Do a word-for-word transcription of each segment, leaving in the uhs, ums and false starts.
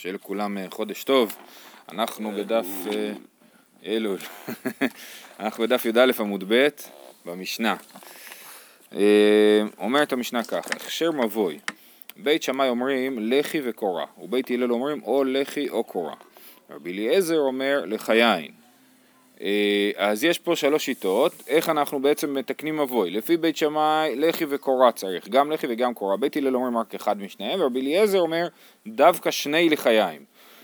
שיהיה לכולם חודש טוב. אנחנו בדף אלול. אנחנו בדף י"א עמוד ב' במשנה. אומרת המשנה ככה, הכשר מבוי. בית שמאי אומרים לחי וקורה, ובית הלל אומרים או לחי או קורה. רבי אליעזר אומר לחיין. אז יש פה שלוש שיטות, איך אנחנו בעצם מתקנים מבוי. לפי בית שמאי לחי וקורה צריך, גם לחי וגם קורה. בית הלל אומרים רק אחד משניהם, ורבי אליעזר אומר דווקא שני לחיים.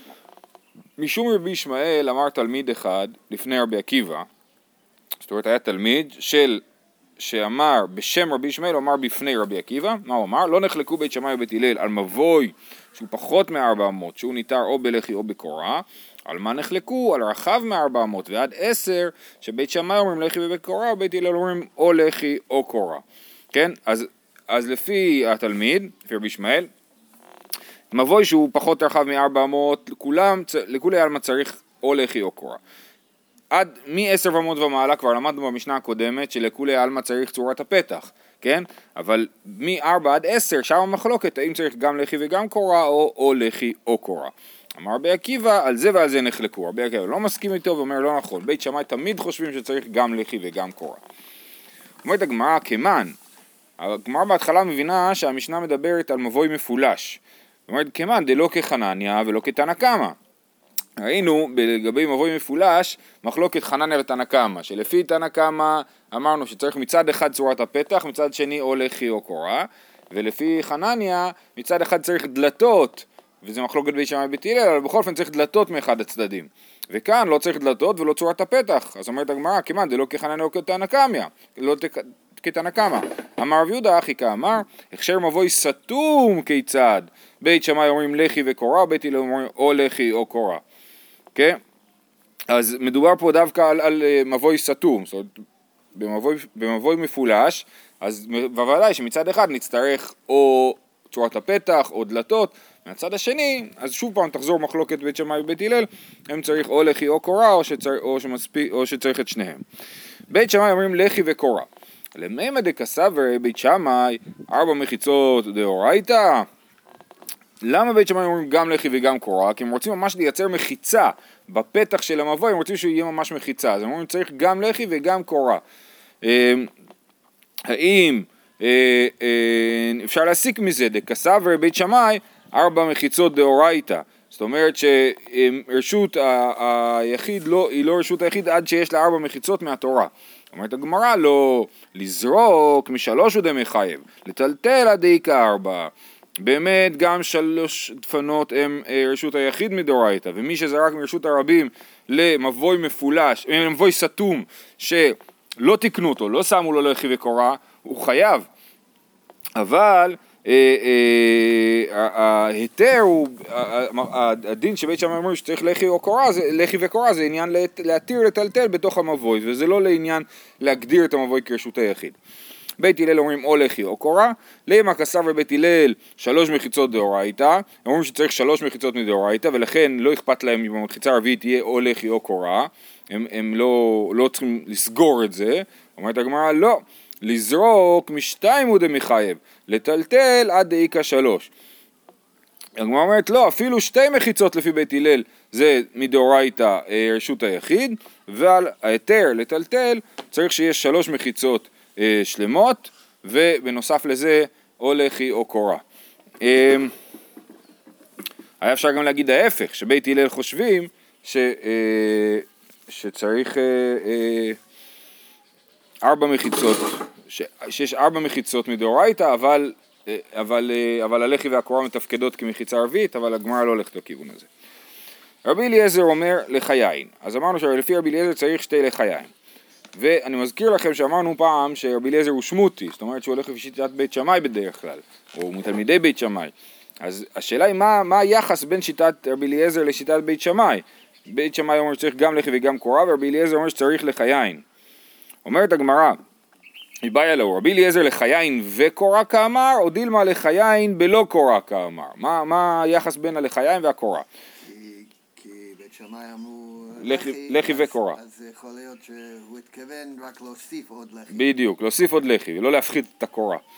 משום רבי ישמעאל אמר תלמיד אחד לפני רבי עקיבא, זאת אומרת היה תלמיד של שאמר בשם רבי ישמעאל, אמר בפני רבי עקיבא, מה הוא אמר? לא נחלקו בית שמאי ובית הלל על מבוי שהוא פחות מ-ארבע מאות, שהוא ניתר או בלחי או בקורה. על מה נחלקו? על רחב מ-ארבע מאות ועד עשר, שבית שמאי אומרים לחי ובקורה, ובית הלל אומרים או לחי או קורה. כן? אז, אז לפי התלמיד, לפי רבי ישמעאל, מבוי שהוא פחות רחב מ-ארבע מאות, לכולם, לכולי עלמא צריך או לחי או קורה. עד מ-עשר ומאות ומעלה כבר למדנו במשנה הקודמת שלכולי עלמא צריך צורת הפתח, כן? אבל מ-ארבע עד עשר שם המחלוקת, האם צריך גם לחי וגם קורה או, או לחי או קורה. אמר רבי עקיבא, על זה ועל זה נחלקו. רבי עקיבא לא מסכים איתו ואומר לא נכון. בית שמאי תמיד חושבים שצריך גם לחי וגם קורה. אומרת הגמרא כמן. הגמרא בהתחלה מבינה שהמשנה מדברת על מבוי מפולש. אומרת כמן דלא כחנניה ולא כתנא קמא. ראינו לגבי מבוי מפולש מחלוקת חנניה ותנא קמא, שלפי תנא קמא אמרנו שצריך מצד אחד צורת הפתח, מצד שני או לחי או קורה, ולפי חנניה מצד אחד צריך דלתות, וזה מחלוקת בית שמאי ובית הלל, אבל בכל אופן צריך דלתות מאחד הצדדים. וכאן לא צריך דלתות ולא צורת הפתח. אז אומרת הגמרא, כמעט, זה לא כחנניה או כתנא קמא, לא כתנא קמא. אמר רב יהודה אחי כאמר, הכשר מבוי סתום כיצד? בית שמאי אומרים לחי וקורה, בית הלל אומרים או לחי או קורה. כן? אז מדובר פה דווקא על, על מבוי סתום, זאת אומרת, במבוי, במבוי מפולש, אז בוודאי שמצד אחד נצטרך או צורת הפתח או דלתות, מהצד השני, אז שוב פעם תחזור מחלוקת בית שמאי ובית הלל, הם צריך או לחי או קורה, או שצריך, או שמספיק, או שצריך את שניהם. בית שמאי אומרים לחי וקורה. למימא דקסברי בית שמאי, ארבע מחיצות דאורייתא. למה בית שמאי אומרים גם לחי וגם קורה? כי הם רוצים ממש לייצר מחיצה בפתח של המבוי, הם רוצים שהוא יהיה ממש מחיצה, אז הם אומרים צריך גם לחי וגם קורה. האם אפשר להסיק מזה, דקסברי בית שמאי, ארבע מחיצות דאורייתא, זאת אומרת שרשות היחיד לא, היא לא רשות היחיד עד שיש לה ארבע מחיצות מהתורה. אומרת הגמרא לא לזרוק משלוש הוא דמחייב, לטלטל עד דאיכא ארבע. באמת גם שלוש דפנות הם רשות היחיד מדאורייתא, ומי שזרק מרשות הרבים למבוי מפולש, למבוי סתום שלא תקנו אותו, לא שמו לו לחי וקורה, הוא חייב. אבל ההיתר הוא, הדין שבית שמאי אומר שצריך לחי וקורה, לחי וקורה זה עניין להתיר לטלטל בתוך המבוי, וזה לא לעניין להגדיר את המבוי כרשות היחיד. בית הלל אומרים או לחי או קורה, למה כסברי בית הלל שלוש מחיצות דאורייתא, הם אומרים שצריך שלוש מחיצות מדאורייתא, ולכן לא אכפת להם אם המחיצה הרביעית תהיה או לחי או קורה, הם, הם לא, לא צריכים לסגור את זה. אומרת הגמרא לא, לזרוק משתיים הוא דמחייב, לטלטל עד דאיכא שלוש. הגמרא אומרת לא, אפילו שתי מחיצות לפי בית הלל זה מדאורייתא רשות היחיד, ועל ההיתר לטלטל צריך שיש שלוש מחיצות שלמות, ובנוסף לזה או לחי או קורה. היה אפשר גם להגיד ההפך, שבית הלל חושבים ש, שצריך ארבע מחיצות, שיש ארבע מחיצות מדאורייתא, אבל, אבל, אבל הלחי והקורה מתפקדות כמחיצה ערבית, אבל הגמרא לא הולכת לכיוון הזה. רבי אליעזר אומר לחיין, אז אמרנו שלפי רבי אליעזר צריך שתי לחיין. ואני מזכיר לכם שאמרנו פעם שרבי אליעזר הוא שמותי, זאת אומרת שהוא הולך לשיטת בית שמאי בדרך כלל, או מתלמידי בית שמאי. אז השאלה היא מה, מה היחס בין שיטת רבי אליעזר לשיטת בית שמאי? בית שמאי אומר שצריך גם לחי וגם קורה, ורבי אליעזר אומר שצריך לחיין. אומרת הגמרא, מבעיה לו, רבי אליעזר לחיין וקורה כאמר, או דילמה לחיין בלא קורה כאמר? מה, מה היחס בין הלחיין והקורה? כי בית שמאי אמרו לחי וקורה. אז זה יכול להיות שהוא התכוון רק להוסיף עוד לחי. בדיוק, להוסיף עוד לחי, ולא להפחית את הקורה.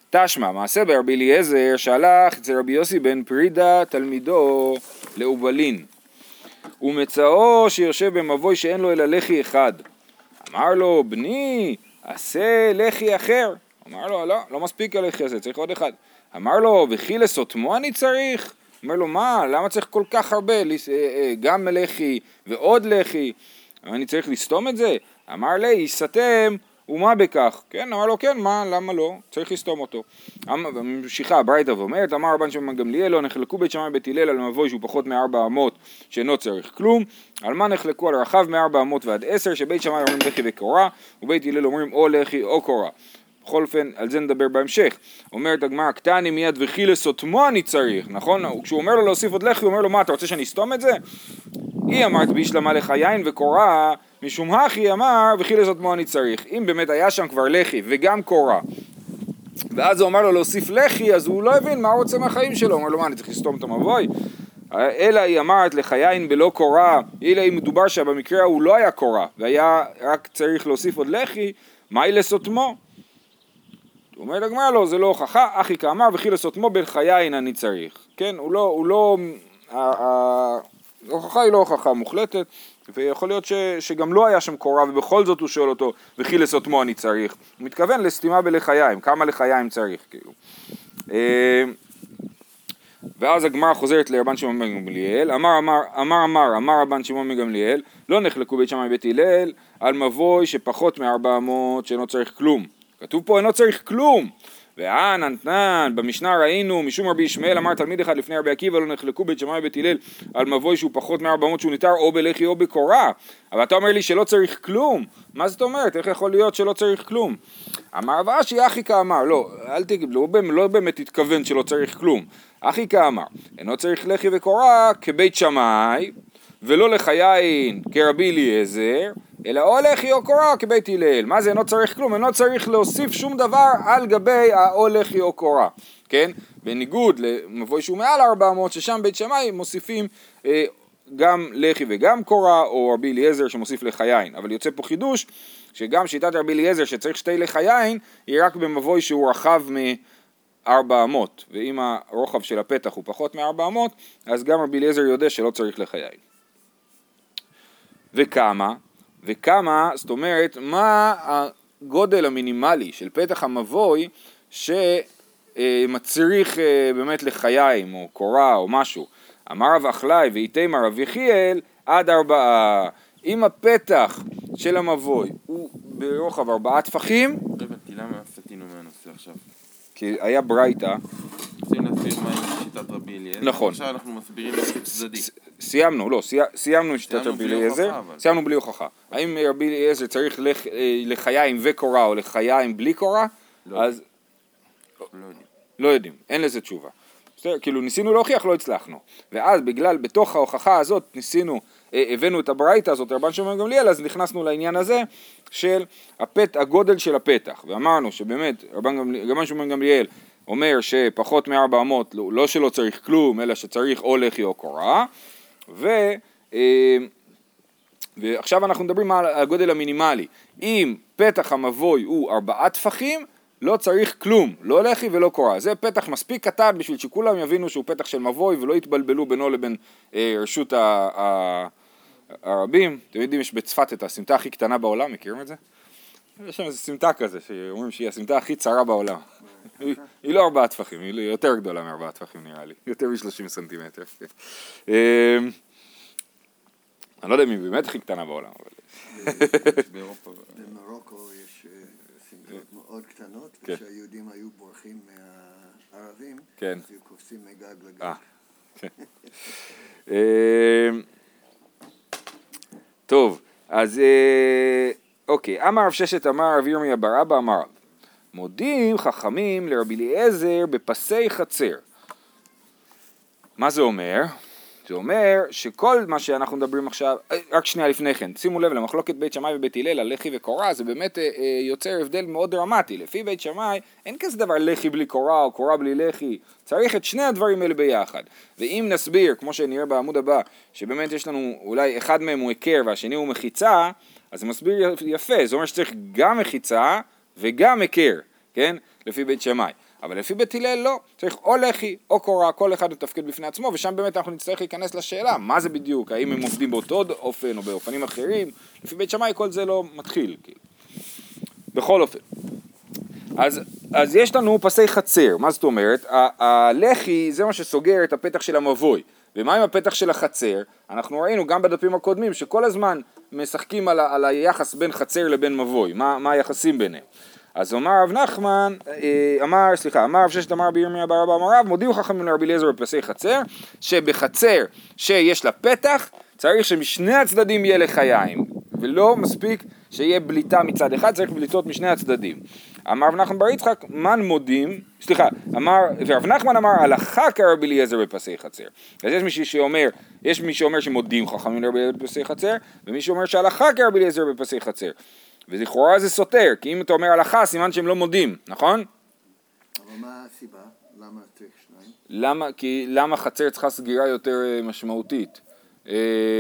תשמע, מעשה ברבי אליעזר שהלך אצל רבי יוסי בן פרידה תלמידו לאובלין ומצאו שיושב במבוי שאין לו אלא לחי אחד. אמר לו, בני, עשה לחי אחר. אמר לו, לא, לא מספיק הלחי הזה, צריך עוד אחד. אמר לו, וכי לסותמו אני צריך? אומר לו, מה, למה צריך כל כך הרבה? גם לחי ועוד לחי, אני צריך לסתום את זה? אמר לי, יסתם ומה בכך? כן, אמר לו, כן, מה, למה לא? צריך לסתום אותו. ממשיכה הברייתא ואומרת, אמר רבן שמעון גמליאל, לא נחלקו בית שמאי ובית הלל על מבוי שהוא פחות מארבע אמות שאינו צריך כלום. על מה נחלקו? על רחב מארבע אמות ועד עשר, שבית שמאי אומרים לחי וקורה, ובית הלל אומרים או לחי או קורה. בכל אופן, על זה נדבר בהמשך. אומרת הגמרא, קטני מיד וכי לסותמו אני צריך, נכון? כשהוא אומר לו להוסיף עוד לחי, הוא אומר לו, מה, אתה רוצה שאני אסתום את זה? היא אמרת בישלמה לך יין וקורה, משום הכי אמר וכי לסותמו אני צריך. אם באמת היה שם כבר לחי וגם קורה, ואז הוא אמר לו להוסיף לחי, אז הוא לא הבין מה הוא רוצה מהחיים שלו. הוא אומר לו, מה, אני צריך לסתום את המבוי? אלא היא אמרת לך יין בלא קורה, אלא היא מדובר שבמקרה הוא לא היה קורה, והיה רק צריך להוסיף עוד לחי, מה היא לסותמו? הוא אומר לגמרא לו, זה לא הוכחה, אחי כאמר וכי לסותמו בלחיין אני צריך. כן, הוא לא, הוא לא, ההוכחה היא לא הוכחה מוחלטת, ויכול להיות ש, שגם לא היה שם קורה, ובכל זאת הוא שואל אותו, וכי לסותמו אני צריך. הוא מתכוון לסתימה בלחיים, כמה לחיים צריך, כאילו. ואז הגמרא חוזרת לרבן שמעון בן גמליאל, אמר אמר אמר אמר אמר רבן שמעון בן גמליאל, לא נחלקו בית שמאי ובית הלל על מבוי שפחות מארבע אמות שאינו צריך כלום. כתוב פה אינו צריך כלום. וען נתנן במשנה ראינו משום רבי ישמעאל אמר תלמיד אחד לפני רבי עקיבא לא נחלקו בית שמאי ובית הלל על מבוי שהוא פחות מארבע אמות שהוא ניתר או בלחי או בקורה. אבל אתה אומר לי שלא צריך כלום. מה זאת אומרת? איך יכול להיות שלא צריך כלום? אמר ואשי אחי כאמר, לא, אל תגיד, לא, לא באמת תתכוון שלא צריך כלום. אחי כאמר, אינו צריך לחי וקורה כבית שמאי ולא לחיין כרבי אליעזר, אלא או לחי או קורה כבית הלל. מה זה אינו צריך כלום? אינו צריך להוסיף שום דבר על גבי האו לחי או קורה, כן? בניגוד למבוי שהוא מעל ארבע מאות, ששם בית שמאי מוסיפים אה, גם לחי וגם קורה, או רבי אליעזר שמוסיף לחיין. אבל יוצא פה חידוש, שגם שיטת רבי אליעזר שצריך שתי לחיין, היא רק במבוי שהוא רחב מארבע מאות, ואם הרוחב של הפתח הוא פחות מארבע מאות, אז גם רבי אליעזר יודע שלא צריך לחיין. וכמה? וכמה, זאת אומרת, מה הגודל המינימלי של פתח המבוי שמצריך באמת לחיים או קורה או משהו. אמר רב אחלאי ואיתמר רב יחיאל עד ארבעה. אם הפתח של המבוי הוא ברוחב ארבעה טפחים, לא הבנתי, למה סטינו מהנושא עכשיו? כי היה ברייתא. רוצים להסביר מה עם שיטת רבי אליעזר. נכון. עכשיו אנחנו מסבירים את צדדי. סיימנו, לא, סיימנו את שיטת רבי אליעזר, סיימנו בלי הוכחה. האם רבי אליעזר צריך לחיים וקורה או לחיים בלי קורה? אז לא יודעים. לא יודעים, אין לזה תשובה. כאילו ניסינו להוכיח, לא הצלחנו. ואז בגלל, בתוך ההוכחה הזאת, ניסינו, הבאנו את הברייתא הזאת, רבן שמעון בן גמליאל, אז נכנסנו לעניין הזה של הפת, הגודל של הפתח. ואמרנו שבאמת, רבן שמעון בן גמליאל אומר שפחות מארבע מאות, לא שלא צריך כלום, אלא שצריך או לחי או קורה. ו, ועכשיו אנחנו מדברים על הגודל המינימלי. אם פתח המבוי הוא ארבעה טפחים, לא צריך כלום, לא לחי ולא קורה. זה פתח מספיק קטן בשביל שכולם יבינו שהוא פתח של מבוי ולא יתבלבלו בינו לבין אה, רשות ה, ה, הרבים. אתם יודעים, יש בצפת את הסמטה הכי קטנה בעולם, מכירים את זה? יש שם איזו סמטה כזה, שאומרים שהיא הסמטה הכי צרה בעולם. היא, היא לא ארבעה טפחים, היא יותר גדולה מארבעה טפחים נראה לי, יותר מ-שלושים סנטימטר. אה, אני לא יודע אם היא באמת הכי קטנה בעולם, אבל... במרוקו יש סמטות מאוד קטנות, וכשהיהודים היו בורחים מהערבים, אז היו קופצים מגג לגג. טוב, אז אוקיי, אמר רב ששת אמר רב ירמיה בר אבא אמר, מודים חכמים לרבי אליעזר בפסי חצר. מה זה אומר? זה אומר שכל מה שאנחנו מדברים עכשיו, רק שנייה לפני כן, שימו לב, למחלוקת בית שמאי ובית הלל, על לחי וקורה, זה באמת אה, יוצר הבדל מאוד דרמטי. לפי בית שמאי, אין כזה דבר לחי בלי קורה או קורה בלי לחי, צריך את שני הדברים האלה ביחד. ואם נסביר, כמו שנראה בעמוד הבא, שבאמת יש לנו, אולי אחד מהם הוא עיקר והשני הוא מחיצה, אז זה מסביר יפה, זה אומר שצריך גם מחיצה וגם עיקר, כן? לפי בית שמאי. אבל לפי בית הלל לא, צריך או לחי או קורה, כל אחד מתפקד בפני עצמו, ושם באמת אנחנו נצטרך להיכנס לשאלה, מה זה בדיוק, האם הם עובדים באותו אופן או באופנים אחרים, לפי בית שמאי כל זה לא מתחיל, כאילו. בכל אופן. אז, אז יש לנו פסי חצר, מה זאת אומרת? הלחי זה מה שסוגר את הפתח של המבוי, ומה עם הפתח של החצר? אנחנו ראינו גם בדפים הקודמים שכל הזמן משחקים על, ה, על היחס בין חצר לבין מבוי, מה, מה היחסים ביניהם. אז אמר רב נחמן, אמר, סליחה, אמר רב ששת אמר בירמיה בר אבא אמר רב, מודיעו חכמים לרבי אליעזר בפסי חצר, שבחצר שיש לה פתח, צריך שמשני הצדדים יהיה לחיים, ולא מספיק שיהיה בליטה מצד אחד, צריך בליטות משני הצדדים. אמר רב נחמן בר יצחק, מן מודים, סליחה, אמר, ורב נחמן אמר, הלכה כרבי אליעזר בפסי חצר. אז יש מישהו שאומר, יש מי שאומר שמודים חכמים לרבי אליעזר בפסי חצר, ומי שאומר שהלכה כרבי אליעזר בפסי חצר. ולכאורה זה סותר, כי אם אתה אומר הלכה, סימן שהם לא מודים, נכון? אבל מה הסיבה? למה צריך שניים? למה, כי למה חצר צריכה סגירה יותר משמעותית? ואם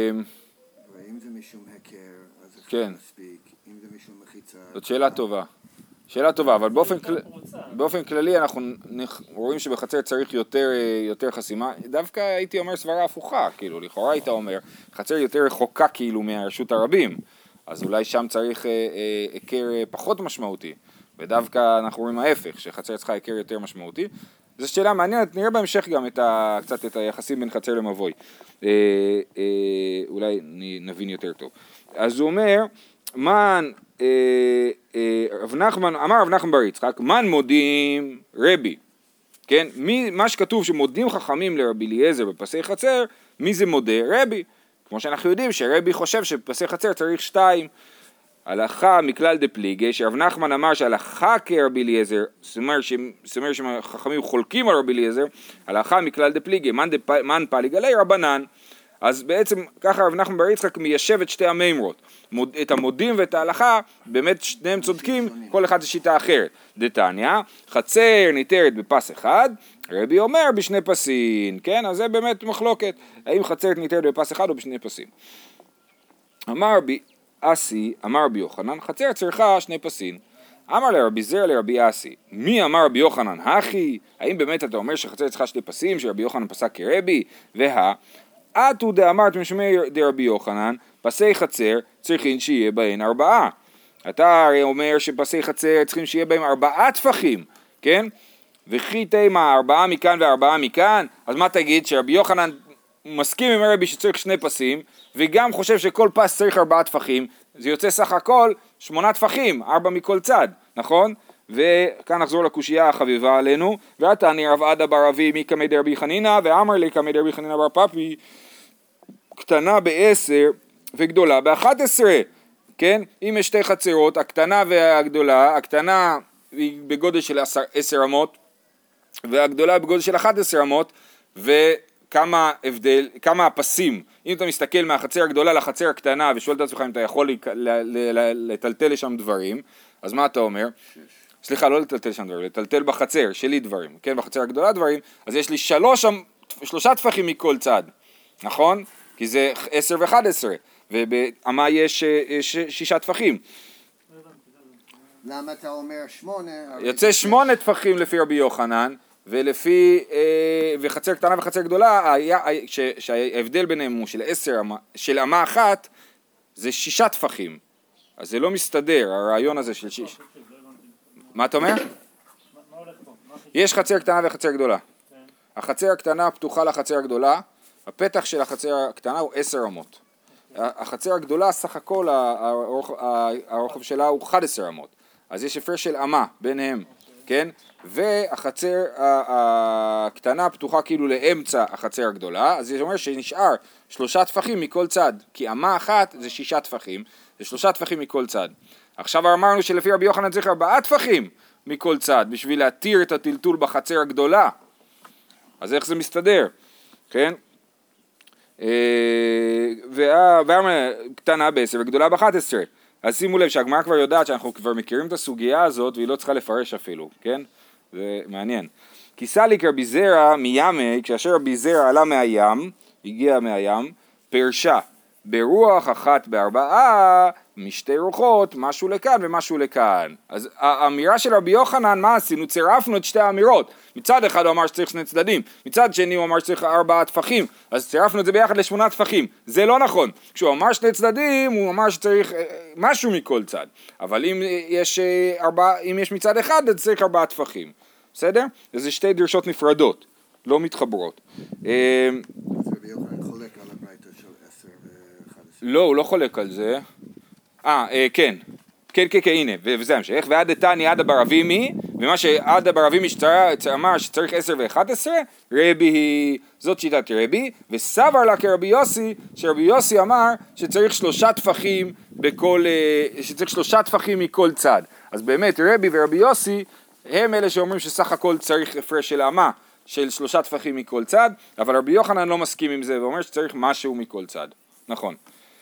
זה משום הכר, אז זה כן. מספיק. אם זה משום מחיצה... זאת שאלה טובה. שאלה טובה, אבל באופן, כל... באופן כללי אנחנו רואים שבחצר צריך יותר, יותר חסימה. דווקא הייתי אומר סברה הפוכה, כאילו, לכאורה היית אומר, חצר יותר רחוקה כאילו מהרשות הרבים. אז אולי שם צריך היכר אה, אה, פחות משמעותי, ודווקא אנחנו רואים ההפך, שחצר צריכה היכר יותר משמעותי. זו שאלה מעניינת, נראה בהמשך גם את ה, קצת את היחסים בין חצר למבוי. אה, אה, אולי נבין יותר טוב. אז הוא אומר, מן, אה, אה, רב נחמן, אמר רב נחמן בר יצחק, מן מודים רבי, כן? מי, מה שכתוב שמודים חכמים לרבי אליעזר בפסי חצר, מי זה מודה? רבי. כמו שאנחנו יודעים שרבי חושב שבפסי חצר צריך שתיים. הלכה מכלל דפליגי, שרב נחמן אמר שהלכה כרבי אליעזר, זאת אומרת שחכמים חולקים על רבי אליעזר, הלכה מכלל דפליגי, מן פליג עלי רבנן. אז בעצם ככה רב נחמן בר יצחק מיישב את שתי המימרות, את המודים ואת ההלכה, באמת שניהם צודקים, כל אחד זה שיטה אחרת. דתניא, חצר ניתרת בפס אחד, רבי אומר בשני פסים, כן? אז זה באמת מחלוקת, האם חצר ניתרת בפס אחד או בשני פסים. אמר רבי אסי, אמר רבי יוחנן, חצר צריכה שני פסים. אמר לרבי זר לרבי אסי, מי אמר רבי יוחנן? הכי, האם באמת אתה אומר שחצר צריכה שני פסים, שרבי יוחנן פסק כרבי? וה, עתו דאמרת משמי דרבי יוחנן, פסי חצר צריכים שיהיה בהן ארבעה. אתה הרי אומר שפסי חצר צריכים שיהיה בהם ארבעה טפחים, כן? וכי תימה ארבעה מכאן וארבעה מכאן, אז מה תגיד? שרבי יוחנן מסכים עם הרבי שצריך שני פסים, וגם חושב שכל פס צריך ארבעה טפחים, זה יוצא סך הכל שמונה טפחים, ארבע מכל צד, נכון? וכאן נחזור לקושייה החביבה עלינו, ועתני רב עדה בר אבי מקמי דרבי חנינא, ואמר לי קמי דרבי חנינא בר פפי, קטנה בעשר וגדולה באחת עשרה, כן? אם יש שתי חצרות, הקטנה והגדולה, הקטנה היא בגודל של עשר אמות, והגדולה בגודל של אחת עשרה אמות, וכמה הבדל, כמה הפסים, אם אתה מסתכל מהחצר הגדולה לחצר הקטנה, ושואל את עצמך אם אתה יכול לטלטל לשם דברים, אז מה אתה אומר? סליחה, לא לטלטל שם דברים, לטלטל בחצר שלי דברים, כן? בחצר הגדולה דברים, אז יש לי שלוש, שלושה טפחים מכל צד, נכון? כי זה עשר ואחת עשרה, ובאמה יש שישה טפחים. למה אתה אומר שמונה? יוצא שמונה טפחים לפי רבי יוחנן, ולפי, וחצר קטנה וחצר גדולה, שההבדל ביניהם הוא של עשר, של אמה אחת, זה שישה טפחים. אז זה לא מסתדר, הרעיון הזה של שיש. מה אתה אומר? יש חצר קטנה וחצר גדולה. החצר הקטנה פתוחה לחצר הגדולה, הפתח של החצר הקטנה הוא עשר אמות. החצר הגדולה, סך הכל הרוחב שלה הוא אחד עשר אמות. אז יש הפרש של אמה ביניהם, כן? והחצר הקטנה פתוחה כאילו לאמצע החצר הגדולה, אז זה אומר שנשאר שלושה טפחים מכל צד, כי אמה אחת זה שישה טפחים, זה שלושה טפחים מכל צד. עכשיו אמרנו שלפי רבי יוחנן צריך ארבעה טפחים מכל צד, בשביל להתיר את הטלטול בחצר הגדולה. אז איך זה מסתדר? כן? ואמר קטנה בעשר וגדולה באחת עשרה. אז שימו לב שהגמרא כבר יודעת שאנחנו כבר מכירים את הסוגיה הזאת והיא לא צריכה לפרש אפילו, כן? זה מעניין. כי סליק רבי זרע מימי, כשאשר רבי זרע עלה מהים, הגיע מהים, פרשה ברוח אחת בארבעה, משתי רוחות, משהו לכאן ומשהו לכאן. אז האמירה של רבי יוחנן, מה עשינו? צירפנו את שתי האמירות. מצד אחד הוא אמר שצריך שני צדדים, מצד שני הוא אמר שצריך ארבעה טפחים, אז צירפנו את זה ביחד לשמונה טפחים. זה לא נכון. כשהוא אמר שני צדדים, הוא אמר שצריך משהו מכל צד. אבל אם יש, ארבע, אם יש מצד אחד, אז צריך ארבעה טפחים. בסדר? זה שתי דרשות נפרדות, לא מתחברות. רבי יוחנן חולק על הברייתא של עשר ואחת עשרה. לא, הוא לא חולק על זה. אה, כן. כן, כן, כן, הנה, וזה המשך. ועד דתני עד אבר אבימי, ומה שעד אבר אבימי אמר שצריך עשר ואחת עשרה, רבי היא, זאת שיטת רבי, וסבר לה כרבי יוסי, שרבי יוסי אמר שצריך שלושה טפחים בכל, שצריך שלושה טפחים מכל צד. אז באמת רבי ורבי יוסי, הם אלה שאומרים שסך הכל צריך הפרש של אמה של שלושה טפחים מכל צד, אבל רבי יוחנן לא מסכים עם זה, ואומר שצריך משהו מכל צד. נכון.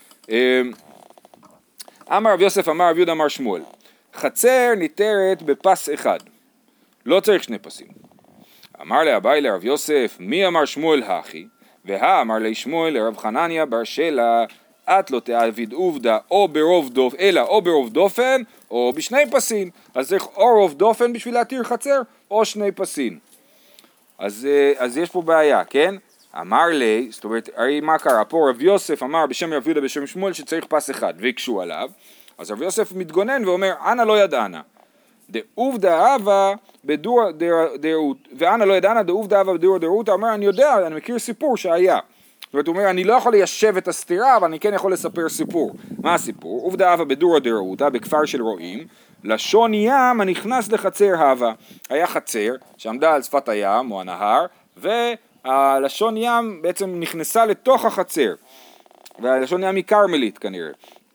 אמר רב יוסף, אמר רב יהודה, אמר שמואל, חצר ניתרת בפס אחד, לא צריך שני פסים. אמר לאביי לרב יוסף, מי אמר שמואל הכי? והא אמר לי שמואל לרב חנניה בר שלה, את לא תעביד עובדה או ברוב דופן, אלא או ברוב דופן או בשני פסים. אז צריך או רוב דופן בשביל להתיר חצר או שני פסים. אז, אז יש פה בעיה, כן? אמר לי, זאת אומרת, הרי מה קרה? פה רב יוסף אמר בשם רב יהודה בשם שמואל שצריך פס אחד, ויקשו עליו. אז רב יוסף מתגונן ואומר, אנא לא ידענה. דעובדה אהבה בדור דרעות, ואנא לא ידענה דעובדה אהבה בדור דרעות, אומר, אני יודע, אני מכיר סיפור שהיה. זאת אומרת, הוא אומר, אני לא יכול ליישב את הסתירה, אבל אני כן יכול לספר סיפור. מה הסיפור? עובדה אהבה בדור דרעותה, בכפר של רועים, לשון ים הנכנס לחצר הווה. היה חצר שעמדה על שפת הים או הנהר, והלשון ים בעצם נכנסה לתוך החצר. והלשון ים היא קרמלית כנראה.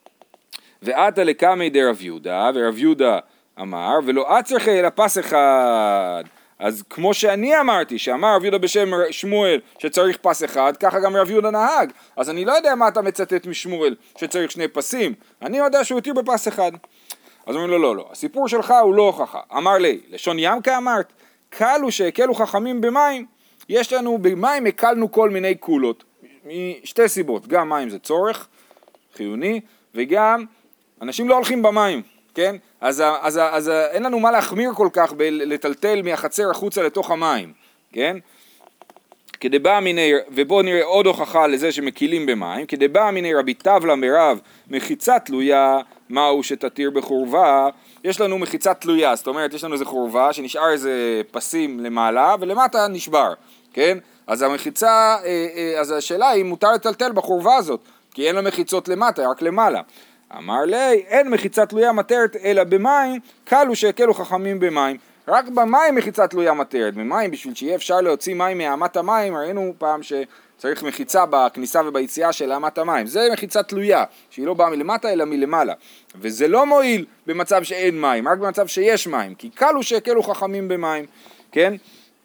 ועתה לקמי דרב יהודה, ורב יהודה אמר, ולא אצריך אלא פס אחד. אז כמו שאני אמרתי, שאמר רב יהודה בשם שמואל שצריך פס אחד, ככה גם רב יהודה נהג. אז אני לא יודע מה אתה מצטט משמואל שצריך שני פסים. אני יודע שהוא התיר בפס אחד. אז אומרים לו, לא, לא, הסיפור שלך הוא לא הוכחה. אמר לי, לשון ים כאמרת, קלו שהקלו חכמים במים. יש לנו, במים הקלנו כל מיני קולות. משתי סיבות, גם מים זה צורך חיוני, וגם אנשים לא הולכים במים. כן? אז, אז, אז אין לנו מה להחמיר כל כך בלטלטל מהחצר החוצה לתוך המים, כן? כדי בא מיני, ובואו נראה עוד הוכחה לזה שמקילים במים, כדי בא מיני רבי טבלה מרב מחיצה תלויה, מהו שתתיר בחורבה, יש לנו מחיצה תלויה, זאת אומרת יש לנו איזה חורבה שנשאר איזה פסים למעלה ולמטה נשבר, כן? אז המחיצה, אז השאלה היא מותר לטלטל בחורבה הזאת, כי אין לה מחיצות למטה, רק למעלה. אמר לי, אין מחיצה תלויה מטרת אלא במים, קלו שהקלו חכמים במים. רק במים מחיצה תלויה מטרת. במים, בשביל שיהיה אפשר להוציא מים מאמת המים, ראינו פעם שצריך מחיצה בכניסה וביציאה של אמת המים. זה מחיצה תלויה, שהיא לא באה מלמטה אלא מלמעלה. וזה לא מועיל במצב שאין מים, רק במצב שיש מים, כי קלו שהקלו חכמים במים, כן?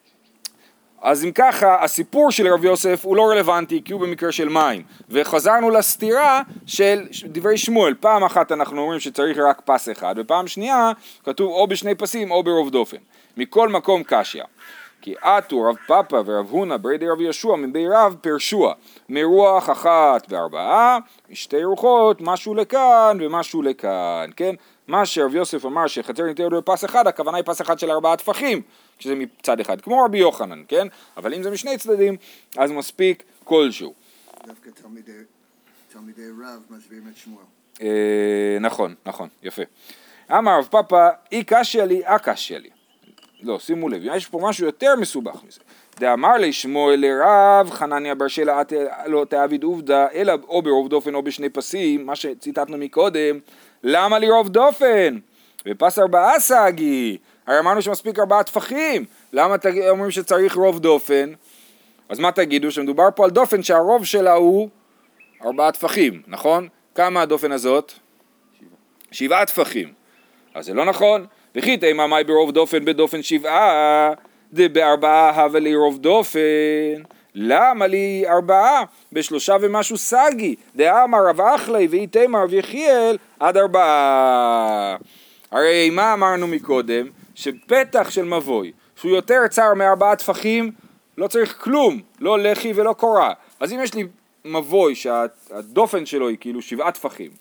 אז אם ככה, הסיפור של רב יוסף הוא לא רלוונטי, כי הוא במקרה של מים. וחזרנו לסתירה של דברי שמואל. פעם אחת אנחנו אומרים שצריך רק פס אחד, ופעם שנייה כתוב או בשני פסים או ברוב דופן. מכל מקום קשיא. כי עטו רב פאפה ורב הונה ברי רב ישוע מבי רב פרשוע. מרוח אחת בארבעה, שתי רוחות, משהו לכאן ומשהו לכאן, כן? מה שרב יוסף אמר שחצר ניתרת בפס אחד, הכוונה היא פס אחד של ארבעה טפחים, שזה מצד אחד, כמו רבי יוחנן, כן? אבל אם זה משני צדדים, אז מספיק כלשהו. דווקא תלמידי, תלמידי רב מסבירים את שמואל. אה, נכון, נכון, יפה. אמר רב פאפה, אי קשיא לי, אה קשיא לי. לא, שימו לב, יש פה משהו יותר מסובך מזה. דאמר לי שמואל לרב, חנניה בר שלה, לא תעביד עובדה, אלא או ברוב דופן או בשני פסים, מה שציטטנו מקודם, למה לי רוב דופן? בפס ארבעה סגי, הרי אמרנו שמספיק ארבעה טפחים, למה אומרים שצריך רוב דופן? אז מה תגידו? שמדובר פה על דופן שהרוב שלה הוא ארבעה טפחים, נכון? כמה הדופן הזאת? שבעה. שבעה טפחים. אז זה לא נכון. וכי תימא מאי ברוב דופן בדופן שבעה, דבארבעה הווה לי רוב דופן. למה לי ארבעה? בשלושה ומשהו סגי. דאמר רב אחלי ואי תימא רב יחיאל עד ארבעה. הרי מה אמרנו מקודם? שפתח של מבוי, שהוא יותר צר מארבעה טפחים, לא צריך כלום, לא לחי ולא קורה. אז אם יש לי מבוי שהדופן שלו היא כאילו שבעה טפחים,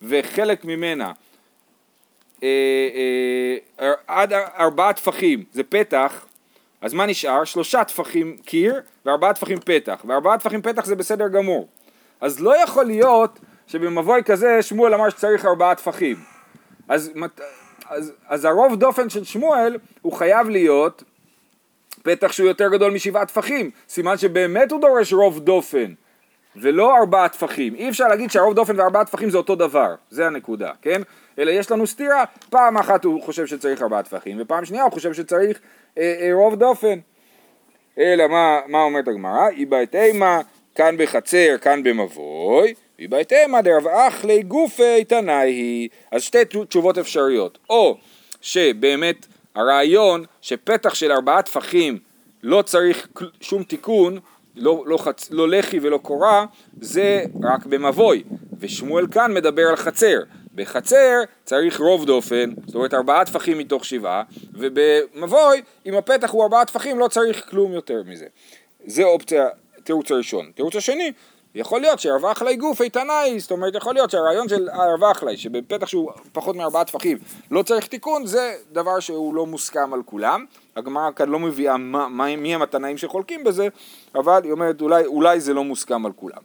וחלק ממנה אה, אה, עד ארבעה טפחים זה פתח, אז מה נשאר? שלושה טפחים קיר וארבעה טפחים פתח, וארבעה טפחים פתח זה בסדר גמור. אז לא יכול להיות שבמבוי כזה שמואל אמר שצריך ארבעה טפחים. אז, אז, אז הרוב דופן של שמואל הוא חייב להיות פתח שהוא יותר גדול משבעה טפחים, סימן שבאמת הוא דורש רוב דופן ולא ארבעה טפחים. אי אפשר להגיד שהרוב דופן וארבעה טפחים זה אותו דבר, זה הנקודה, כן? אלא יש לנו סתירה, פעם אחת הוא חושב שצריך ארבעה טפחים ופעם שנייה הוא חושב שצריך אה, אה, רוב דופן. אלא מה, מה אומרת הגמרא? איבא תימא, כאן בחצר, כאן במבוי, איבא תימא דרב אחלי גופי תנאי. אז שתי תשובות אפשריות, או שבאמת הרעיון שפתח של ארבעה טפחים לא צריך שום תיקון, לא, לא, חצ... לא לחי ולא קורה, זה רק במבוי, ושמואל כאן מדבר על חצר. בחצר צריך רוב דופן, זאת אומרת ארבעה טפחים מתוך שבעה, ובמבוי אם הפתח הוא ארבעה טפחים לא צריך כלום יותר מזה. זה אופציה, תירוץ הראשון. תירוץ השני, יכול להיות שערב אחלי גוף איתנאי, זאת אומרת יכול להיות שהרעיון של ערב אחלי שבפתח שהוא פחות מארבעה טפחים לא צריך תיקון, זה דבר שהוא לא מוסכם על כולם. הגמרא כאן לא מביאה מה, מה, מי הם התנאים שחולקים בזה, אבל היא אומרת אולי, אולי זה לא מוסכם על כולם.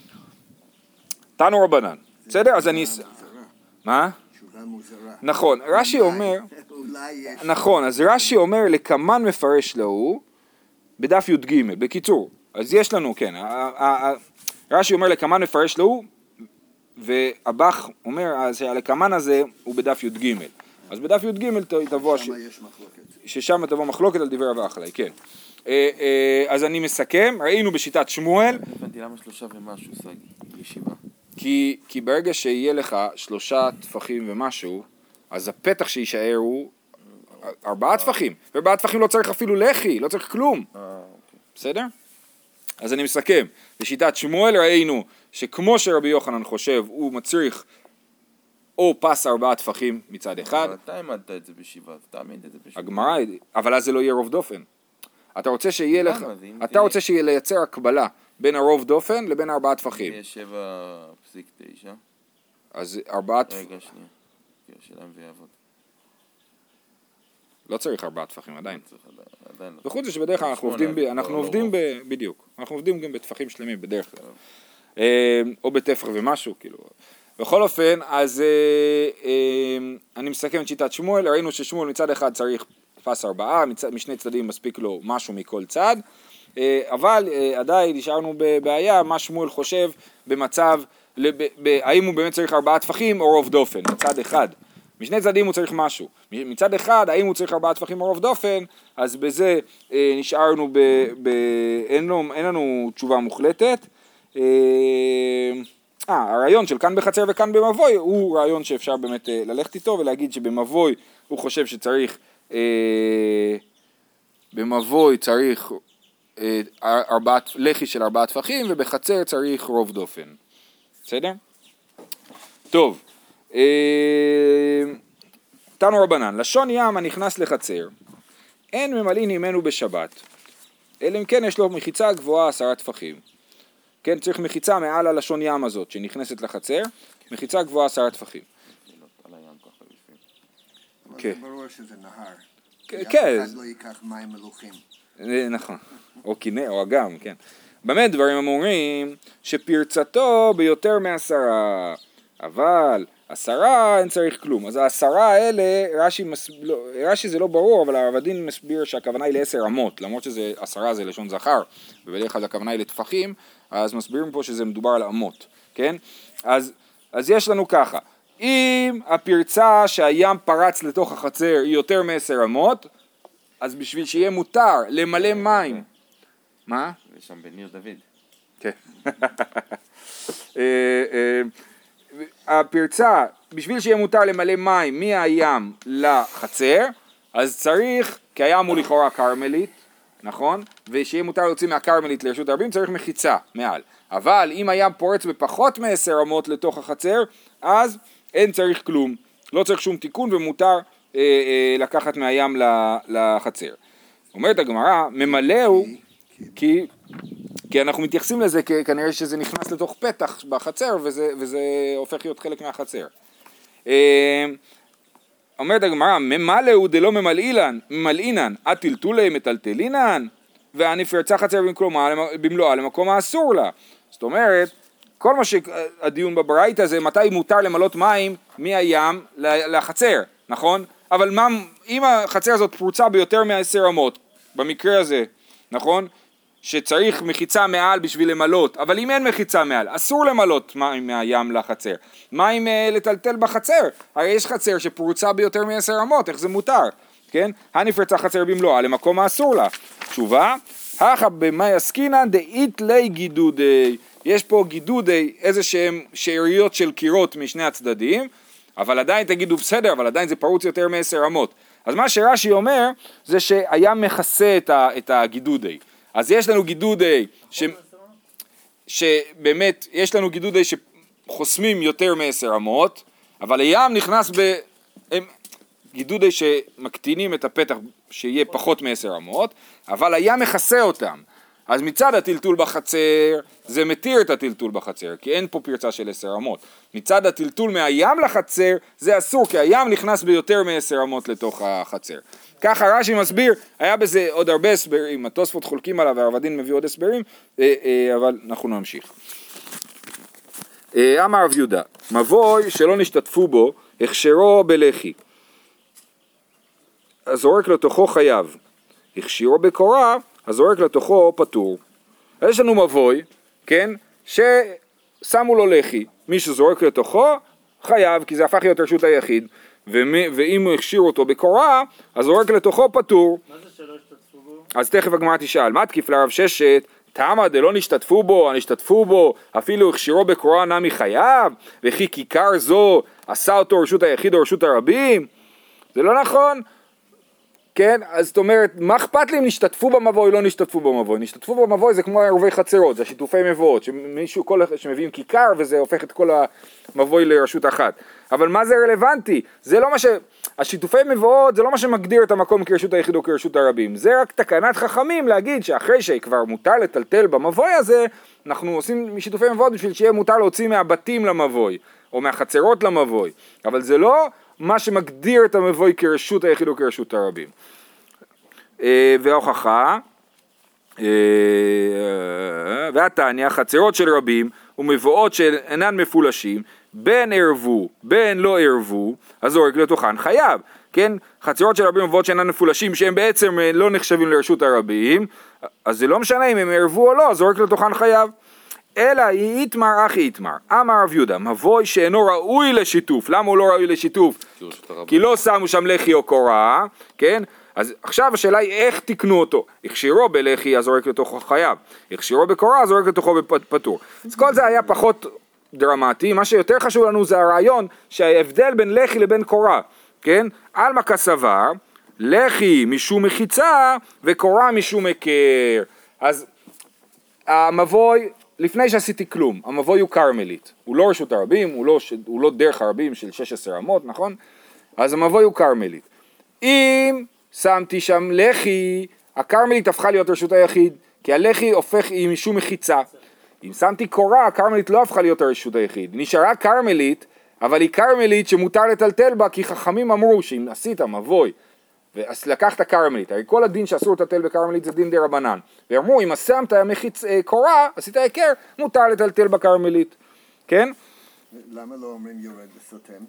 תנו רבנן, בסדר? אז אני... מה? תשובה מוזרה. נכון, רש"י אומר, נכון, אז רש"י אומר לקמן מפרש לו בדף י"ג, בקיצור, אז יש לנו, כן, רש"י אומר לקמן מפרש לו, והבח אומר שהלקמן הזה הוא בדף י"ג, אז בדף י"ג תבוא, ששם יש מחלוקת. ששם תבוא מחלוקת על דברי רב אחלי, כן. אז אני מסכם, ראינו בשיטת שמואל, הבנתי למה שלושה ומשהו סגי, ישיבה. כי, כי ברגע שיהיה לך שלושה טפחים ומשהו, אז הפתח שישאר הוא ארבעה טפחים, וארבעה טפחים לא צריך אפילו לחי, לא צריך כלום. בסדר? אז אני מסכם, בשיטת שמואל ראינו שכמו שרבי יוחנן חושב, הוא מצריך או פס ארבעה טפחים מצד אחד. אבל אתה העמדת את זה בשבעה, אתה העמדת את זה בשבעה. הגמרא, אבל אז זה לא יהיה רוב דופן. אתה רוצה שיהיה לך, אתה רוצה שיהיה לייצר הקבלה בין הרוב דופן לבין ארבעה טפחים. זה שבע פסיק תשע. אז ארבעה טפחים. רגע, שנייה. השאלה אם זה יעבוד. לא צריך ארבעה טפחים עדיין. עדיין לא. וחוץ זה שבדרך כלל אנחנו עובדים, אנחנו עובדים בדיוק. אנחנו עובדים גם בטפחים שלמים בדרך כלל. או בטפח ומשהו, כאילו. בכל אופן, אז אני מסכם את שיטת שמואל. ראינו ששמואל מצד אחד צריך פס ארבעה, משני צדדים מספיק לו משהו מכל צד. אבל עדיין נשארנו בבעיה, מה שמואל חושב במצב, האם הוא באמת צריך ארבעה טפחים או רוב דופן, מצד אחד. משני צדדים הוא צריך משהו. מצד אחד, האם הוא צריך ארבעה טפחים או רוב דופן, אז בזה נשארנו, ב, ב, אין, לו, אין לנו תשובה מוחלטת. אה, הרעיון של כאן בחצר וכאן במבוי, הוא רעיון שאפשר באמת ללכת איתו ולהגיד שבמבוי הוא חושב שצריך, אה, במבוי צריך ארבעה, לחי של ארבעה טפחים, ובחצר צריך רוב דופן. בסדר? טוב. תנו רבנן, לשון ים הנכנס לחצר, אין ממלאים ממנו בשבת, אלא אם כן יש לו מחיצה גבוהה עשרה טפחים. כן, צריך מחיצה מעל הלשון ים הזאת שנכנסת לחצר, מחיצה גבוהה עשרה טפחים. זה ברור שזה נהר. כן. אף אחד לא ייקח מים מלוכים. נכון, או כנר, או אגם, כן. באמת דברים אמורים שפרצתו ביותר מעשרה, אבל עשרה אין צריך כלום. אז העשרה האלה, רש"י, מס... לא, רש"י זה לא ברור, אבל הרב הדין מסביר שהכוונה היא לעשר אמות, למרות שזה עשרה זה לשון זכר, ובדרך כלל הכוונה היא לטפחים, אז מסבירים פה שזה מדובר על אמות, כן? אז, אז יש לנו ככה, אם הפרצה שהים פרץ לתוך החצר היא יותר מעשר אמות, אז בשביל שיהיה מותר למלא מים, מה? זה שם בניר דוד. כן. הפרצה, בשביל שיהיה מותר למלא מים מהים לחצר, אז צריך, כי הים הוא לכאורה קרמלית, נכון? ושיהיה מותר להוציא מהקרמלית לרשות הרבים, צריך מחיצה מעל. אבל אם הים פורץ בפחות מעשר אמות לתוך החצר, אז אין צריך כלום. לא צריך שום תיקון ומותר אה, אה, לקחת מהים לחצר. אומרת הגמרא, ממלא הוא, כי כי אנחנו מתייחסים לזה כנראה שזה נכנס לתוך פתח בחצר, וזה, וזה הופך להיות חלק מהחצר. אומרת הגמרא, ממלא הוא דלא ממלאינן, הטלטולי מטלטלינן, והנפרצה חצר במלואה למקום האסור לה. זאת אומרת, כל מה שהדיון בברייתא זה מתי מותר למלות מים מהים לחצר, נכון? אבל מה, אם החצר הזאת פרוצה ביותר מעשר אמות, במקרה הזה, נכון? שצריך מחיצה מעל בשביל למלות, אבל אם אין מחיצה מעל, אסור למלות מים מהים לחצר. מים לטלטל בחצר, הרי יש חצר שפרוצה ביותר מעשר אמות, איך זה מותר? כן? הנפרצה חצר במלואה למקום האסור לה. תשובה, הכה במאי עסקינן דאית לי גידודי, יש פה גידודי, איזה שהם שאריות של קירות משני הצדדים, אבל עדיין תגידו בסדר, אבל עדיין זה פרוץ יותר מעשר אמות. אז מה שרש"י אומר, זה שהיה מכסה את, ה, את הגידודי. אז יש לנו גידודי, ש, שבאמת, יש לנו גידודי שחוסמים יותר מעשר אמות, אבל הים נכנס ב... הם, גידודי שמקטינים את הפתח שיהיה פחות מעשר אמות, אבל הים מכסה אותם. אז מצד הטלטול בחצר, זה מתיר את הטלטול בחצר, כי אין פה פרצה של עשר אמות. מצד הטלטול מהים לחצר, זה אסור, כי הים נכנס ביותר מעשר אמות לתוך החצר. ככה רש"י מסביר, היה בזה עוד הרבה הסברים, התוספות חולקים עליו, והרב הדין מביא עוד הסברים, אבל אנחנו נמשיך. אמר רב יהודה, מבוי שלא נשתתפו בו, הכשרו בלחי. הזורק לתוכו חייב, הכשירו בקורה, הזורק לתוכו פטור. אז יש לנו מבוי, כן, ששמו לו לחי, מי שזורק לתוכו חייב, כי זה הפך להיות רשות היחיד, ומי, ואם הוא הכשיר אותו בקורה, אז זורק לתוכו פטור. מה זה שלא השתתפו בו? אז תכף הגמרא תשאל, מה תקיף לרב ששת, תמה דלא נשתתפו בו, נשתתפו בו, אפילו הכשירו בקורה נמי חייב, וכי כיכר זו עשה אותו רשות היחיד או רשות הרבים? זה לא נכון. כן, אז זאת אומרת, מה אכפת לי אם נשתתפו במבוי, לא נשתתפו במבוי? נשתתפו במבוי זה כמו עירובי חצרות, זה שיתופי מבואות, שמישהו, כל, שמביאים כיכר וזה הופך את כל המבוי לרשות אחת. אבל מה זה רלוונטי? זה לא מה ש... השיתופי מבואות זה לא מה שמגדיר את המקום כרשות היחיד או כרשות הרבים. זה רק תקנת חכמים להגיד שאחרי שכבר מותר לטלטל במבוי הזה, אנחנו עושים שיתופי מבואות בשביל שיהיה מותר להוציא מהבתים למבוי, או מהחצרות למבוי. אבל זה לא... מה שמגדיר את המבוי כרשות היחיד או כרשות הרבים. וההוכחה, והתניא, חצרות של רבים ומבואות שאינן מפולשים, בין ערבו, בין לא ערבו, הזורק לתוכן חייב. כן? חצרות של רבים ומבואות שאינן מפולשים, שהם בעצם לא נחשבים לרשות הרבים, אז זה לא משנה אם הם ערבו או לא, הזורק לתוכן חייב. אלא היא יתמר אחי יתמר. אמר רב יהודה, מבוי שאינו ראוי לשיתוף. למה הוא לא ראוי לשיתוף? כי לא שמו שם לחי או קורה, כן? אז עכשיו השאלה היא איך תקנו אותו. הכשירו בלחי, אז זורק לתוכו חייב. הכשירו בקורה, אז זורק לתוכו פטור. אז כל זה היה פחות דרמטי. מה שיותר חשוב לנו זה הרעיון שההבדל בין לחי לבין קורה, כן? אלמה כסבר, לחי משום מחיצה וקורה משום הכר. אז המבוי... לפני שעשיתי כלום, המבוי הוא קרמלית, הוא לא רשות הרבים, הוא לא, הוא לא דרך הרבים של שש עשרה אמות, נכון? אז המבוי הוא קרמלית. אם שמתי שם לחי, הקרמלית הפכה להיות רשות היחיד, כי הלחי הופך עם משום מחיצה. אם שמתי קורה, הקרמלית לא הפכה להיות הרשות היחיד, נשארה קרמלית, אבל היא קרמלית שמותר לטלטל בה, כי חכמים אמרו שאם עשית מבוי, ואז לקחת קרמלית, הרי כל הדין שאסור לטלטל בקרמלית זה דין די רבנן, ואמרו אם שמת מחיץ קורה, עשית עיקר, מותר לטלטל בקרמלית, כן? למה לא אומרים יורד וסותם?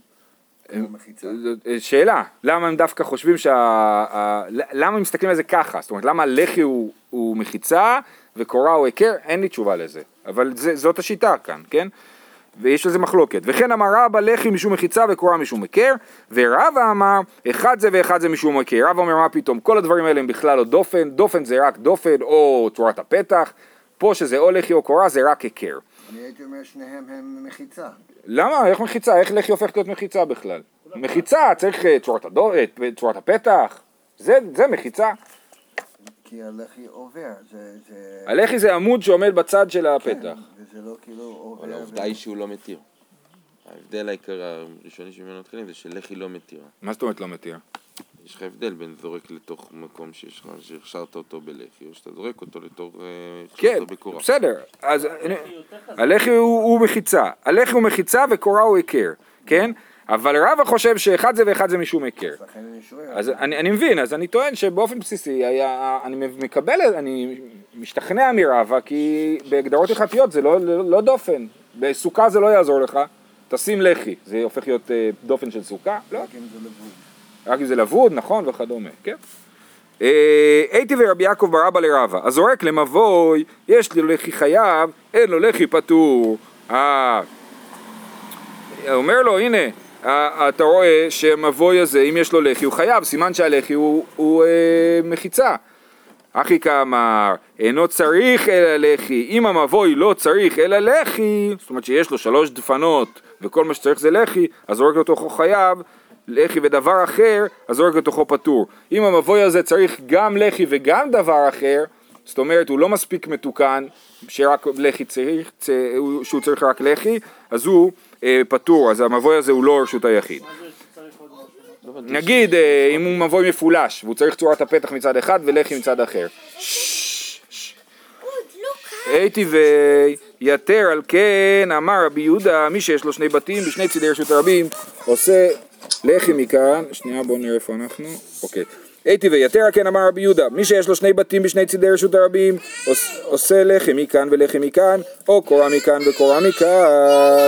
שאלה, למה הם דווקא חושבים שה... למה הם מסתכלים על זה ככה? זאת אומרת, למה לחי הוא, הוא מחיצה וקורה הוא עיקר? אין לי תשובה לזה, אבל זה, זאת השיטה כאן, כן? ויש לזה מחלוקת. וכן אמר רבא לחי משום מחיצה וקורה משום הכר, ורבא אמר אחד זה ואחד זה משום הכר. רבא אומר מה פתאום, כל הדברים האלה הם בכלל לא דופן, דופן זה רק דופן או צורת הפתח, פה שזה או לחי או קורה זה רק הכר. אני הייתי אומר שניהם הם מחיצה. למה? איך מחיצה? איך לחי הופכת להיות מחיצה בכלל? מחיצה צריך צורת, הדור, צורת הפתח, זה, זה מחיצה. כי הלחי עובר, זה, זה... הלחי זה עמוד שעומד בצד של הפתח. כן, וזה לא כאילו עובר. אבל העובדה היא שהוא לא מתיר. ההבדל העיקר הראשוני שממנו מתחילים זה שלחי לא מתיר. מה זאת אומרת לא מתיר? יש לך הבדל בין זורק לתוך מקום שיש לך, שהכשרת אותו בלחי, או שאתה זורק אותו לתוך, כן, בקורה. בסדר, אז הלחי הוא, הוא מחיצה, הלחי הוא מחיצה וקורה הוא עיקר, כן? אבל רבא חושב שאחד זה ואחד זה משום עיקר. אז אני, אני מבין, אז אני טוען שבאופן בסיסי, היה, אני מקבל, אני משתכנע מרבא, כי בהגדרות הלכתיות זה לא, לא, לא דופן, בסוכה זה לא יעזור לך, תשים לחי, זה הופך להיות דופן של סוכה, לא? רק אם זה לבוד. רק אם זה לבוד, נכון, וכדומה, כן? הייתי ורבי יעקב ברבא לרבא, הזורק למבוי, יש לו לחי חייב, אין לו לחי פטור. אה, אומר לו, הנה, אתה רואה שהמבוי הזה, אם יש לו לחי, הוא חייב, סימן שהלחי הוא, הוא אה, מחיצה. אחי כאמר, אינו צריך אלא לחי, אם המבוי לא צריך אלא לחי, זאת אומרת שיש לו שלוש דפנות וכל מה שצריך זה לחי, אז זורק לתוכו חייב, לחי ודבר אחר, אז זורק לתוכו פטור. אם המבוי הזה צריך גם לחי וגם דבר אחר, זאת אומרת הוא לא מספיק מתוקן, שרק לחי צריך, שהוא צריך רק לחי, אז הוא אה, פטור, אז המבוי הזה הוא לא רשות היחיד. נגיד אם הוא מבוי מפולש והוא צריך צורת הפתח מצד אחד ולחי מצד אחר. הייתי ויתר על כן אמר רבי יהודה, מי שיש לו שני בתים בשני צידי רשות הרבים עושה לחי מכאן, שנייה בואו נראה איפה אנחנו, אוקיי. הייתי ויתר על כן אמר רבי יהודה, מי שיש לו שני בתים בשני צידי רשות הרבים עושה לחי מכאן ולחי מכאן, או קורה מכאן וקורה מכאן.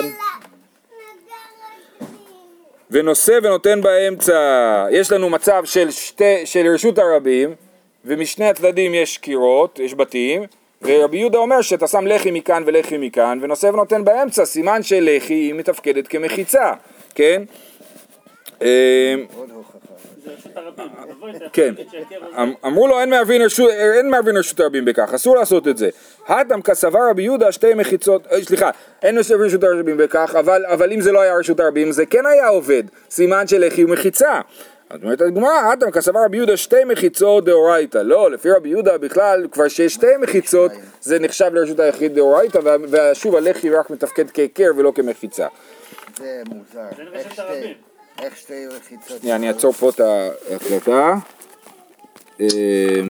ונושא ונותן באמצע, יש לנו מצב של, שתי, של רשות הרבים, ומשני הצדדים יש קירות, יש בתים, ורבי יהודה אומר שאתה שם לחי מכאן ולחי מכאן, ונושא ונותן באמצע, סימן של לחי היא מתפקדת כמחיצה, כן? עוד הוכחה. כן, אמרו לו אין מערבין רשות הרבים בכך, אסור לעשות את זה. הטם כסבר רבי יהודה שתי מחיצות, סליחה, אין מערבין רשות הרבים בכך, אבל אם זה לא היה רשות הרבים זה כן היה עובד, סימן של לחי ומחיצה. זאת אומרת הגמרא, הטם כסבר רבי יהודה שתי מחיצות דאורייתא, לא, לפי רבי יהודה בכלל כבר שיש שתי מחיצות זה נחשב לרשות היחיד דאורייתא, ושוב הלחי רק מתפקד כעיקר ולא כמחיצה. זה מוזר. איך שתי רחיצות? אני אעצור פה את ההקלטה.